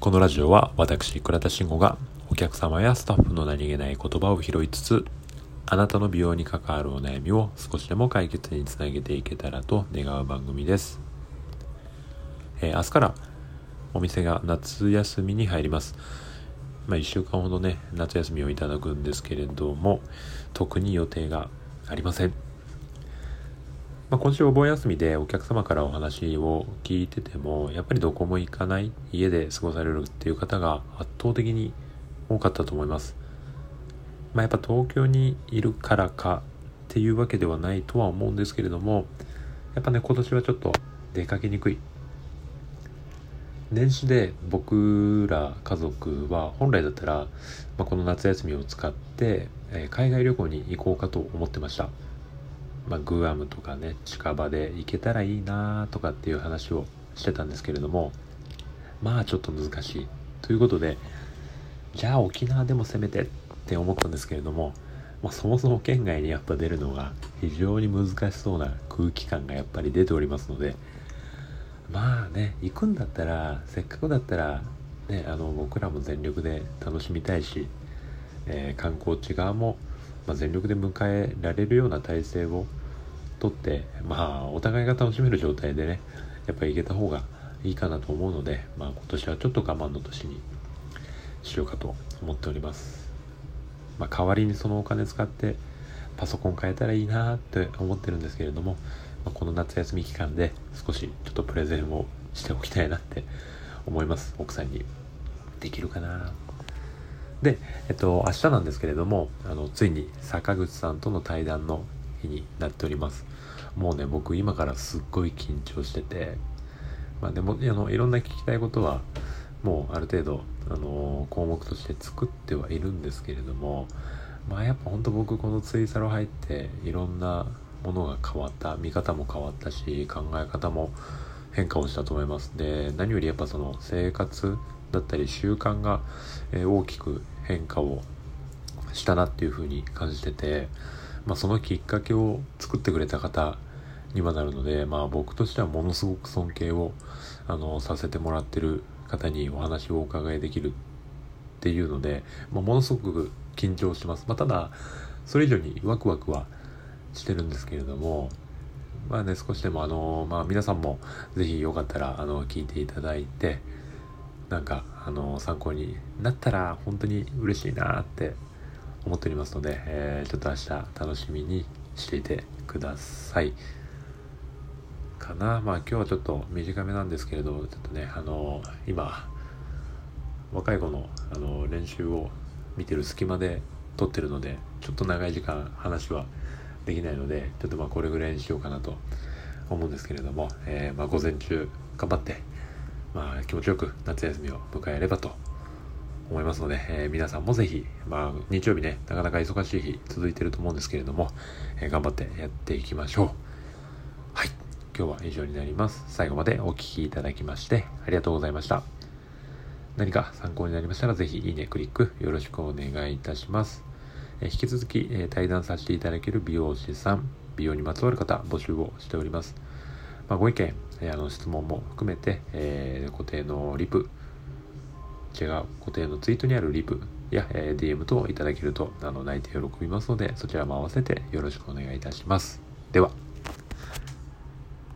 このラジオは私倉田慎吾がお客様やスタッフの何気ない言葉を拾いつつ、あなたの美容に関わるお悩みを少しでも解決につなげていけたらと願う番組です。明日からお店が夏休みに入ります。1週間ほどね夏休みをいただくんですけれども、特に予定がありません。今週お盆休みでお客様からお話を聞いてても、やっぱりどこも行かない、家で過ごされるっていう方が圧倒的に多かったと思います。やっぱ東京にいるからかっていうわけではないとは思うんですけれども、やっぱね今年はちょっと出かけにくい。年始で僕ら家族は本来だったら、この夏休みを使って、海外旅行に行こうかと思ってました。グアムとかね近場で行けたらいいなとかっていう話をしてたんですけれども、ちょっと難しいということで、じゃあ沖縄でもせめてって思ったんですけれども、そもそも県外にやっぱ出るのが非常に難しそうな空気感がやっぱり出ておりますので、行くんだったらせっかくだったらね僕らも全力で楽しみたいし、観光地側も全力で迎えられるような体制をとって、お互いが楽しめる状態でねやっぱり行けた方がいいかなと思うので、今年はちょっと我慢の年にしようかと思っております。代わりにそのお金使ってパソコン買えたらいいなって思ってるんですけれども、この夏休み期間で少しちょっとプレゼンをしておきたいなって思います。奥さんにできるかな。で、明日なんですけれども、ついに坂口さんとの対談の日になっております。もうね僕今からすっごい緊張してて、でもいろんな聞きたいことはもうある程度項目として作ってはいるんですけれども、やっぱ本当僕このツイサロ入っていろんなものが変わった、見方も変わったし考え方も変化をしたと思います。で何よりやっぱその生活だったり習慣が大きく変化をしたなっていう風に感じてて、そのきっかけを作ってくれた方にはなるので、僕としてはものすごく尊敬をさせてもらってる方にお話をお伺いできるっていうので、ものすごく緊張してます。ただそれ以上にワクワクはしてるんですけれども、少しでも皆さんもぜひよかったら聞いていただいて、参考になったら本当に嬉しいなって思っておりますので、ちょっと明日楽しみにしていてくださいかな。今日はちょっと短めなんですけれど、ちょっとね今若い子の練習を見てる隙間で撮ってるので、ちょっと長い時間話はできないので、ちょっとこれぐらいにしようかなと思うんですけれども、午前中頑張って気持ちよく夏休みを迎えればと思いますので、皆さんもぜひ、日曜日ねなかなか忙しい日続いてると思うんですけれども、頑張ってやっていきましょう。はい、今日は以上になります。最後までお聞きいただきましてありがとうございました。何か参考になりましたらぜひいいねクリックよろしくお願いいたします。引き続き、対談させていただける美容師さん、美容にまつわる方募集をしております。ご意見、質問も含めて、固定のツイートにあるリプや、DM 等いただけると泣いて喜びますので、そちらも合わせてよろしくお願いいたします。では。